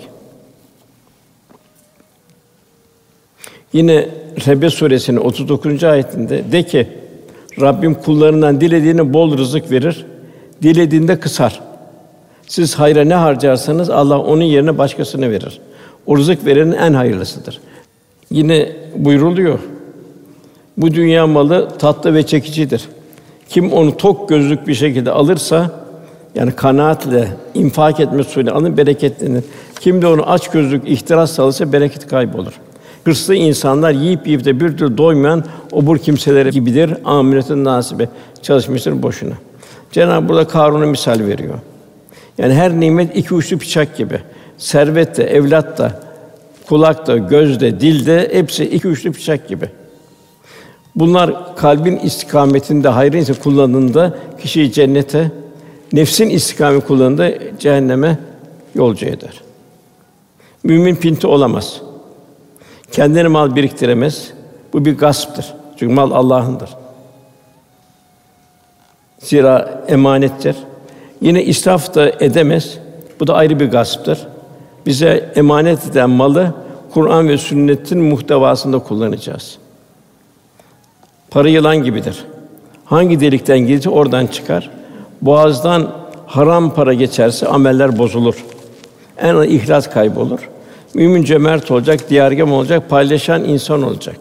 Speaker 2: Yine Tevbe suresinin 39. ayetinde de ki Rabbim kullarından dilediğine bol rızık verir, dilediğinde kısar. Siz hayra ne harcarsanız Allah onun yerine başkasına verir. O rızık verenin en hayırlısıdır. Yine buyruluyor. Bu dünya malı tatlı ve çekicidir. Kim onu tok gözlük bir şekilde alırsa yani kanaatle infak etme usulü alın bereketlenir. Kim de onu aç gözlük ihtiras salırsa bereket kaybolur. Hırslı insanlar yiyip de bir türlü doymayan obur kimseler gibidir. Âmiletün nâsibe çalışmıştır boşuna. Cenab-ı Hak burada Karun'a misal veriyor. Yani her nimet iki uçlu bıçak gibi. Servet de, evlat da kulakta, gözde, dilde hepsi iki uçlu bıçak gibi. Bunlar kalbin istikametinde hayrın ise kullanıldığında kişiyi cennete, nefsin istikamet kullanıldığında cehenneme yolcu eder. Mümin pinti olamaz. Kendine mal biriktiremez. Bu bir gasptır. Çünkü mal Allah'ındır. Zira emanettir. Yine israf da edemez. Bu da ayrı bir gasptır. Bize emanet eden malı Kur'an ve sünnetin muhtevasında kullanacağız. Para yılan gibidir. Hangi delikten girse oradan çıkar. Boğazdan haram para geçerse ameller bozulur. En az ihlas kaybolur. Mümin cömert olacak, diyargâm olacak, paylaşan insan olacak.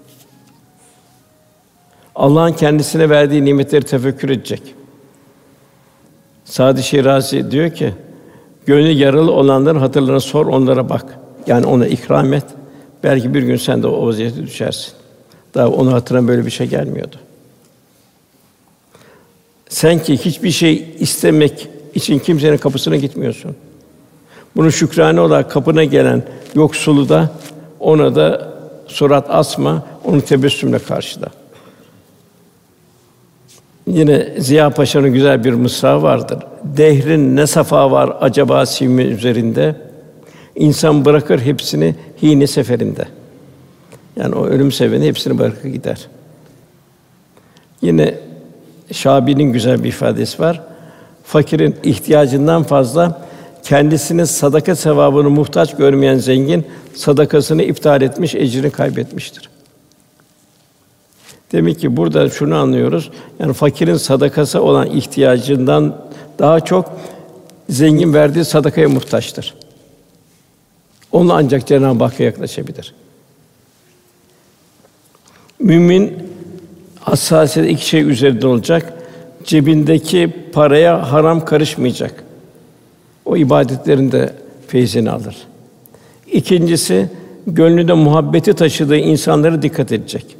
Speaker 2: Allah'ın kendisine verdiği nimetleri tefekkür edecek. Sâd-ı Şirazi diyor ki, gönlü yaralı olanların hatırlarına sor, onlara bak. Yani ona ikram et. Belki bir gün sen de o vaziyete düşersin. Daha onun hatırına böyle bir şey gelmiyordu. Sen ki hiçbir şey istemek için kimsenin kapısına gitmiyorsun. Bunu şükrane olarak kapına gelen yoksulu da ona da surat asma, onu tebessümle karşıla. Yine Ziya Paşa'nın güzel bir mısrağı vardır. Dehrin ne safa var acaba sivmi üzerinde? İnsan bırakır hepsini hîn-i seferinde. Yani o ölüm seveni hepsini bırakır gider. Yine Şabi'nin güzel bir ifadesi var. Fakirin ihtiyacından fazla kendisini sadaka sevabını muhtaç görmeyen zengin sadakasını iptal etmiş, ecrini kaybetmiştir. Demek ki burada şunu anlıyoruz. Yani fakirin sadakası olan ihtiyacından daha çok zengin verdiği sadakaya muhtaçtır. Onunla ancak Cenab-ı Hakk'a yaklaşabilir. Mümin hassasiyet iki şey üzerinde olacak. Cebindeki paraya haram karışmayacak. O ibadetlerinde feyzini alır. İkincisi, gönlünde muhabbeti taşıdığı insanlara dikkat edecek.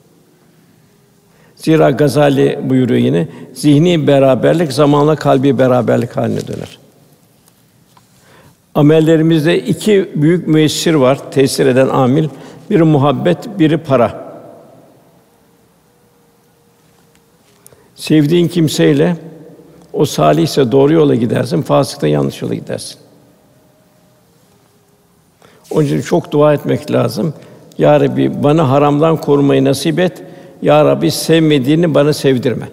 Speaker 2: Zira Gazali buyuruyor yine, zihni beraberlik zamanla kalbi beraberlik haline döner. Amellerimizde iki büyük müessir var, tesir eden amil. Biri muhabbet, biri para. Sevdiğin kimseyle o salihse doğru yola gidersin, fasıkta yanlış yola gidersin. Onun için çok dua etmek lazım. Ya Rabbi bana haramdan korumayı nasip et. Ya Rabbi sevmediğini bana sevdirme.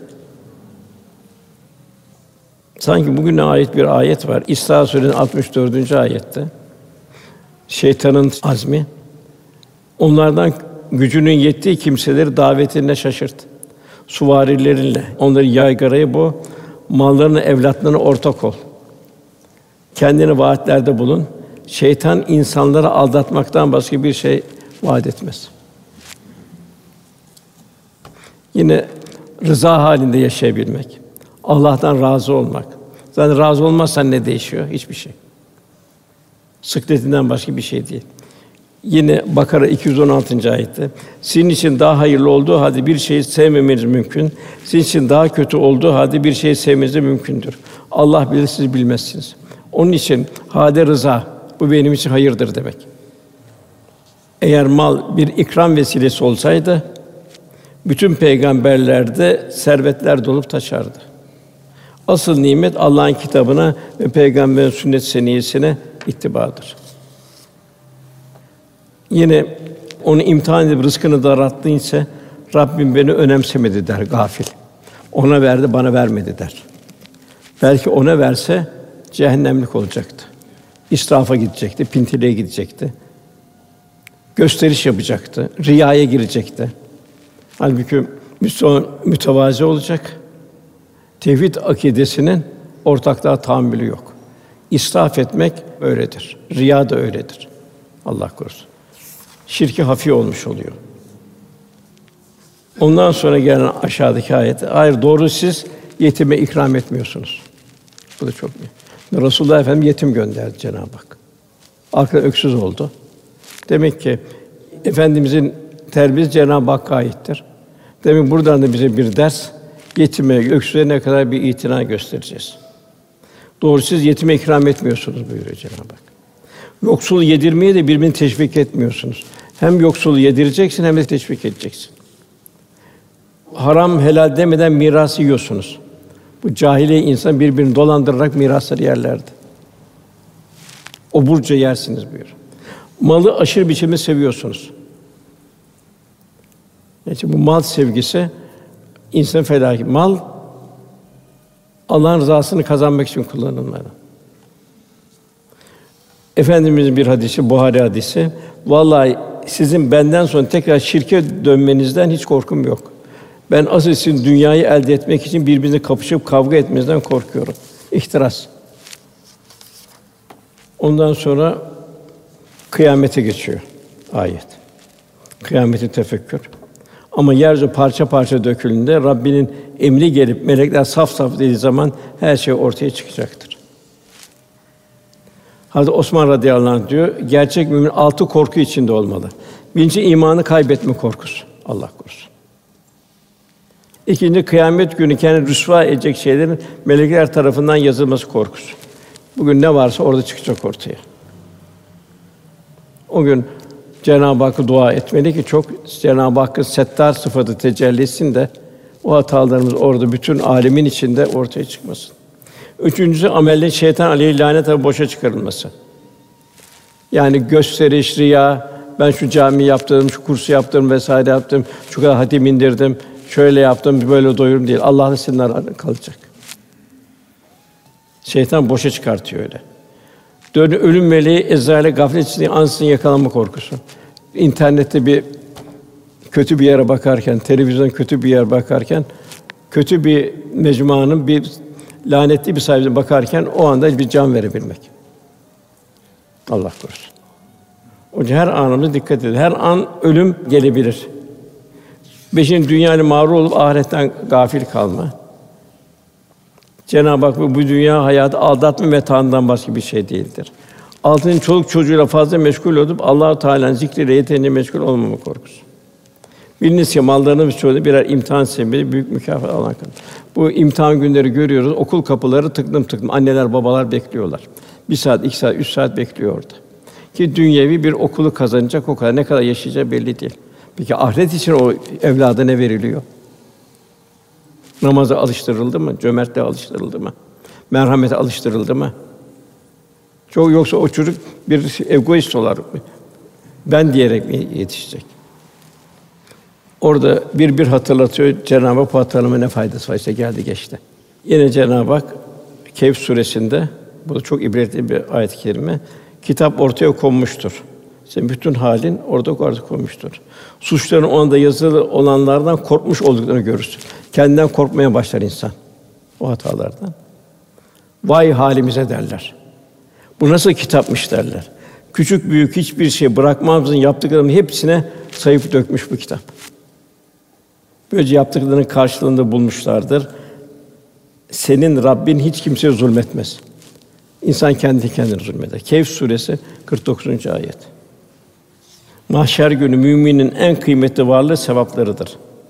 Speaker 2: Sanki bugüne ait bir ayet var. İsra Sûresinin 64. ayette. Şeytanın azmi. Onlardan gücünün yettiği kimseleri davetine şaşırt. Suvarilerinle onları yaygaraya boğ, mallarını, evlatlarına ortak ol. Kendine vaatlerde bulun. Şeytan insanları aldatmaktan başka bir şey vaat etmez. Yine rıza halinde yaşayabilmek. Allah'tan razı olmak. Zaten razı olmazsan ne değişiyor? Hiçbir şey. Sıkletinden başka bir şey değil. Yine Bakara 216. ayette sizin için daha hayırlı olduğu halde bir şeyi sevmemeniz mümkün. Sizin için daha kötü olduğu halde bir şeyi sevmeniz de mümkündür. Allah bilir, siz bilmezsiniz. Onun için hâde rıza, bu benim için hayırdır demek. Eğer mal bir ikram vesilesi olsaydı bütün peygamberlerde servetler dolup taşardı. Asıl nimet Allah'ın kitabına ve peygamberin sünnet seniyyesine ittibadır. Yine onu imtihan edip rızkını daralttıysa Rabbim beni önemsemedi der gafil. Ona verdi, bana vermedi der. Belki ona verse cehennemlik olacaktı. İsrafa gidecekti, pintiliğe gidecekti. Gösteriş yapacaktı, riyaya girecekti. Halbuki Müslüman mütevazı olacak. Tevhid akidesinin ortaklığa tahammülü yok. İsraf etmek öyledir. Riya da öyledir. Allah korusun. Şirki hafif olmuş oluyor. Ondan sonra gelen aşağıdaki ayet, hayır doğru siz yetime ikram etmiyorsunuz. Bu da çok mühim. Resulullah Efendimiz yetim gönderdi Cenab-ı Hak. Aklı öksüz oldu. Demek ki Efendimizin terbiyesi Cenab-ı Hakk'a aittir. Demek buradan da bize bir ders, yetime, öksüze ne kadar bir itina göstereceğiz. Doğru siz yetime ikram etmiyorsunuz buyuruyor Cenab-ı Hak. Yoksul yedirmeye de birbirini teşvik etmiyorsunuz. Hem yoksulu yedireceksin hem de teşvik edeceksin. Haram helal demeden mirası yiyorsunuz. Bu cahiliye insan birbirini dolandırarak mirasları yerlerdi. Oburca yersiniz buyuruyor. Malı aşırı biçimde seviyorsunuz. Yani bu mal sevgisi insan fedakâr. Mal Allah'ın rızasını kazanmak için kullanılmalı. Efendimizin bir hadisi, Buhari hadisi. Vallahi sizin benden sonra tekrar şirke dönmenizden hiç korkum yok. Ben asıl sizin dünyayı elde etmek için birbirinizle kapışıp kavga etmenizden korkuyorum. İhtiras. Ondan sonra kıyamete geçiyor ayet. Kıyameti tefekkür. Ama yeryüzü parça parça döküldüğünde Rabbinin emri gelip melekler saf saf dediği zaman her şey ortaya çıkacaktır. Hazreti Osman radıyallahu anh diyor, gerçek mümin 6 korku içinde olmalı. Birinci imanı kaybetme korkusu. Allah korusun. İkinci kıyamet günü kendini rüsva edecek şeylerin melekler tarafından yazılması korkusu. Bugün ne varsa orada çıkacak ortaya. O gün Cenab-ı Hakk'a dua etmeli ki çok Cenab-ı Hakk'ın settar sıfatı tecelli etsin de o hatalarımız orada bütün âlemin içinde ortaya çıkmasın. Üçüncüsü amellerin şeytan aleyhi lanet boşa çıkarılması. Yani gösteriş, riya, ben şu cami yaptım, şu kursu yaptım vesaire yaptım, şu kadar hatim indirdim, şöyle yaptım, böyle doyurum değil. Allah'ın senin aranda kalacak. Şeytan boşa çıkartıyor öyle. Dördüncü ölüm meleği Ezrail'e gaflet içinde ansızın yakalanma korkusu. İnternette bir kötü bir yere bakarken, televizyonda kötü bir yere bakarken, kötü bir mecmuanın bir lanetli bir sahibine bakarken o anda bir can verebilmek. Allah korusun. O yüzden her anımıza dikkat edin. Her an ölüm gelebilir. Beşinci dünyayla mağrur olup ahiretten gafil kalma. Cenab-ı Hak bu dünya hayatı aldatma metağından başka bir şey değildir. Altıncı çoluk çocuğuyla fazla meşgul olup Allah-u Teala'nın zikriyle yeterince meşgul olmama korkusu. Biliniz ki mallarını ve çoğunu birer imtihan sebebi büyük mükafat alan kadar. Bu imtihan günleri görüyoruz. Okul kapıları tıklım tıklım. Anneler, babalar bekliyorlar. 1 saat, 2 saat, 3 saat bekliyor orada. Ki dünyevi bir okulu kazanacak o kadar. Ne kadar yaşayacağı belli değil. Peki ahiret için o evlada ne veriliyor? Namaza alıştırıldı mı? Cömertliğe alıştırıldı mı? Merhamete alıştırıldı mı? Çok yoksa o çocuk bir egoist olarak ben diyerek mi yetişecek? Orada bir hatırlatıyor Cenab-ı Hak, bu hatırlama ne faydası var? İşte geldi geçti. Yine Cenab-ı Hak Kehf suresinde, bu da çok ibretli bir ayet-i kerime. Kitap ortaya konmuştur. Senin bütün halin orada konmuştur. Suçların o anda yazılı olanlardan korkmuş olduklarını görürsün. Kendinden korkmaya başlar insan o hatalardan. Vay halimize derler. Bu nasıl kitapmış derler. Küçük büyük hiçbir şey bırakmamızın yaptıklarının hepsine sayıp dökmüş bu kitap. Böylece yaptıklarının karşılığında bulmuşlardır. Senin Rabbin hiç kimseye zulmetmez. İnsan kendi kendine zulmeder. Kehf suresi 49. ayet. Mahşer günü müminin en kıymetli varlığı sevaplarıdır.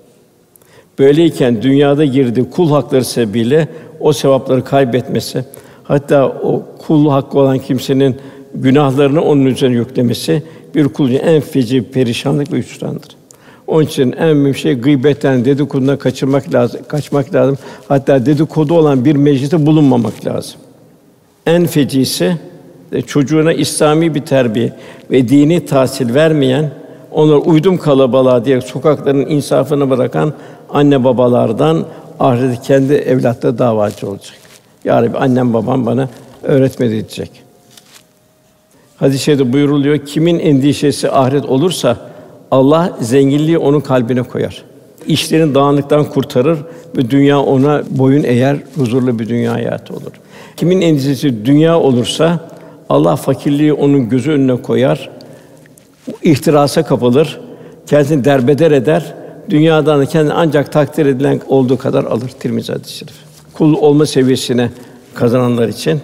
Speaker 2: Böyleyken dünyada girdiği kul hakları sebebiyle o sevapları kaybetmesi, hatta o kul hakkı olan kimsenin günahlarını onun üzerine yüklemesi bir kulun en feci perişanlık ve hüsrandır. Onun için en mühim şey gıybetten, dedikodudan kaçmak lazım. Hatta dedikodu olan bir mecliste bulunmamak lazım. En fecisi çocuğuna İslami bir terbiye ve dini tahsil vermeyen, onlar uydum kalabalığa diye sokakların insafını bırakan anne babalardan ahirette kendi evlatları davacı olacak. Ya Rabbi, annem babam bana öğretmedi diyecek. Hadis-i şerifte buyuruluyor, kimin endişesi ahiret olursa Allah zenginliği onun kalbine koyar. İşlerini dağınıktan kurtarır ve dünya ona boyun eğer, huzurlu bir dünya hayatı olur. Kimin endişesi dünya olursa Allah fakirliği onun gözü önüne koyar, ihtirasa kapılır, kendisini derbeder eder, dünyadan da kendini ancak takdir edilen olduğu kadar alır. Tirmizi hadis-i şerif. Kul olma seviyesine kazananlar için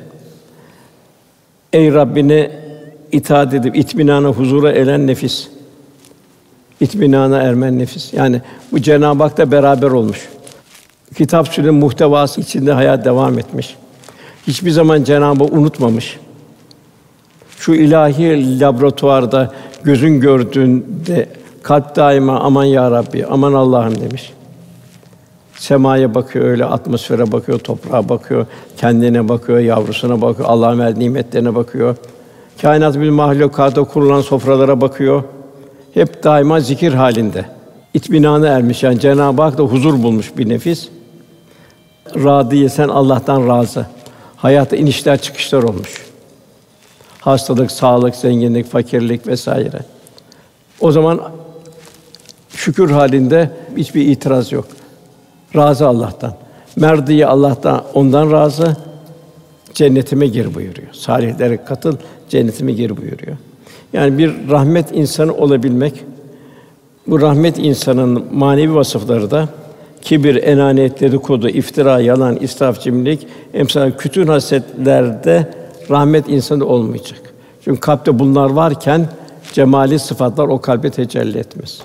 Speaker 2: ey Rabbine itaat edip itminana, huzura eren nefis. İtminana ermen nefis. Yani bu Cenab-ı Hak'la beraber olmuş. Kitap sürünün muhtevası içinde hayat devam etmiş. Hiçbir zaman Cenab-ı Hak unutmamış. Şu ilahi laboratuvarda gözün gördüğünde kalp daima aman ya Rabbi, aman Allah'ım demiş. Semaya bakıyor öyle, atmosfere bakıyor, toprağa bakıyor, kendine bakıyor, yavrusuna bakıyor, Allah'ın verdiği nimetlerine bakıyor. Kainat bir mahlukata kurulan sofralara bakıyor. Hep daima zikir halinde. İtminana ermiş, yani Cenab-ı Hak da huzur bulmuş bir nefis. Râdiye, sen Allah'tan razı. Hayatta inişler çıkışlar olmuş. Hastalık, sağlık, zenginlik, fakirlik vesaire. O zaman şükür halinde hiçbir itiraz yok. Razı Allah'tan. Merdiye Allah'tan, ondan razı. Cennetime gir buyuruyor. Salihlere katıl, cennetime gir buyuruyor. Yani bir rahmet insanı olabilmek, bu rahmet insanın manevi vasıfları da kibir, enaniyet, dedikodu, iftira, yalan, israf, cimrilik, emsal bütün hasetlerde rahmet insanı olmayacak. Çünkü kalpte bunlar varken cemali sıfatlar o kalbe tecelli etmez.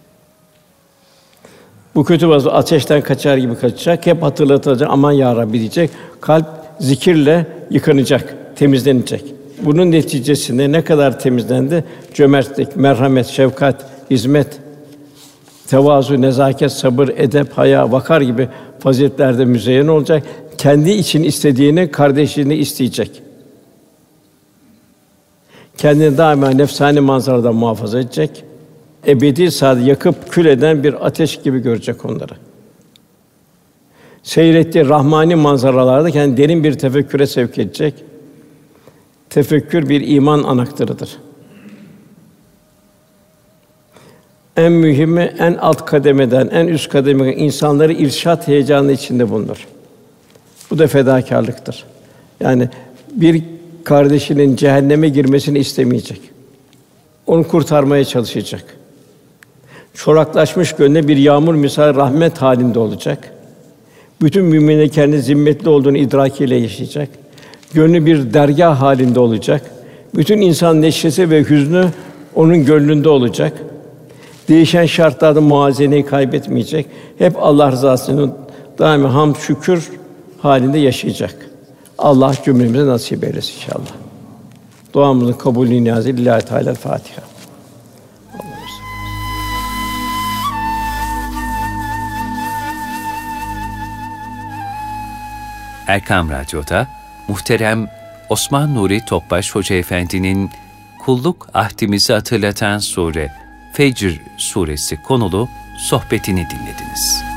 Speaker 2: Bu kötü vasıf ateşten kaçar gibi kaçacak. Hep hatırlatacak, aman ya Rabbi diyecek. Kalp zikirle yıkanacak, temizlenecek. Bunun neticesinde ne kadar temizlendi? Cömertlik, merhamet, şefkat, hizmet, tevazu, nezaket, sabır, edep, haya, vakar gibi faziletlerde müzeyyen olacak. Kendi için istediğini kardeşine isteyecek. Kendini daima nefsani manzaradan muhafaza edecek. Ebedi saadet yakıp kül eden bir ateş gibi görecek onları. Seyrettiği rahmani manzaralarda kendini derin bir tefekküre sevk edecek. Tefekkür bir iman anahtarıdır. En mühimi, en alt kademeden en üst kademeye insanları irşad heyecanı içinde bulunur. Bu da fedakârlıktır. Yani bir kardeşinin cehenneme girmesini istemeyecek. Onu kurtarmaya çalışacak. Çoraklaşmış gönlüne bir yağmur misal rahmet halinde olacak. Bütün müminlerin kendi zimmetli olduğunu idrakiyle yaşayacak. Gönlü bir dergâh halinde olacak. Bütün insan neşesi ve hüznü onun gönlünde olacak. Değişen şartlarda muvazeneyi kaybetmeyecek. Hep Allah rızasını daima hamd şükür halinde yaşayacak. Allah cümlemize nasip eylesin inşallah. Duamızın kabulü niyazı lillahi teâlâ Fâtiha.
Speaker 1: Erkam Radyo'da muhterem Osman Nuri Topbaş Hoca Efendi'nin kulluk ahdimizi hatırlatan sure Fecr suresi konulu sohbetini dinlediniz.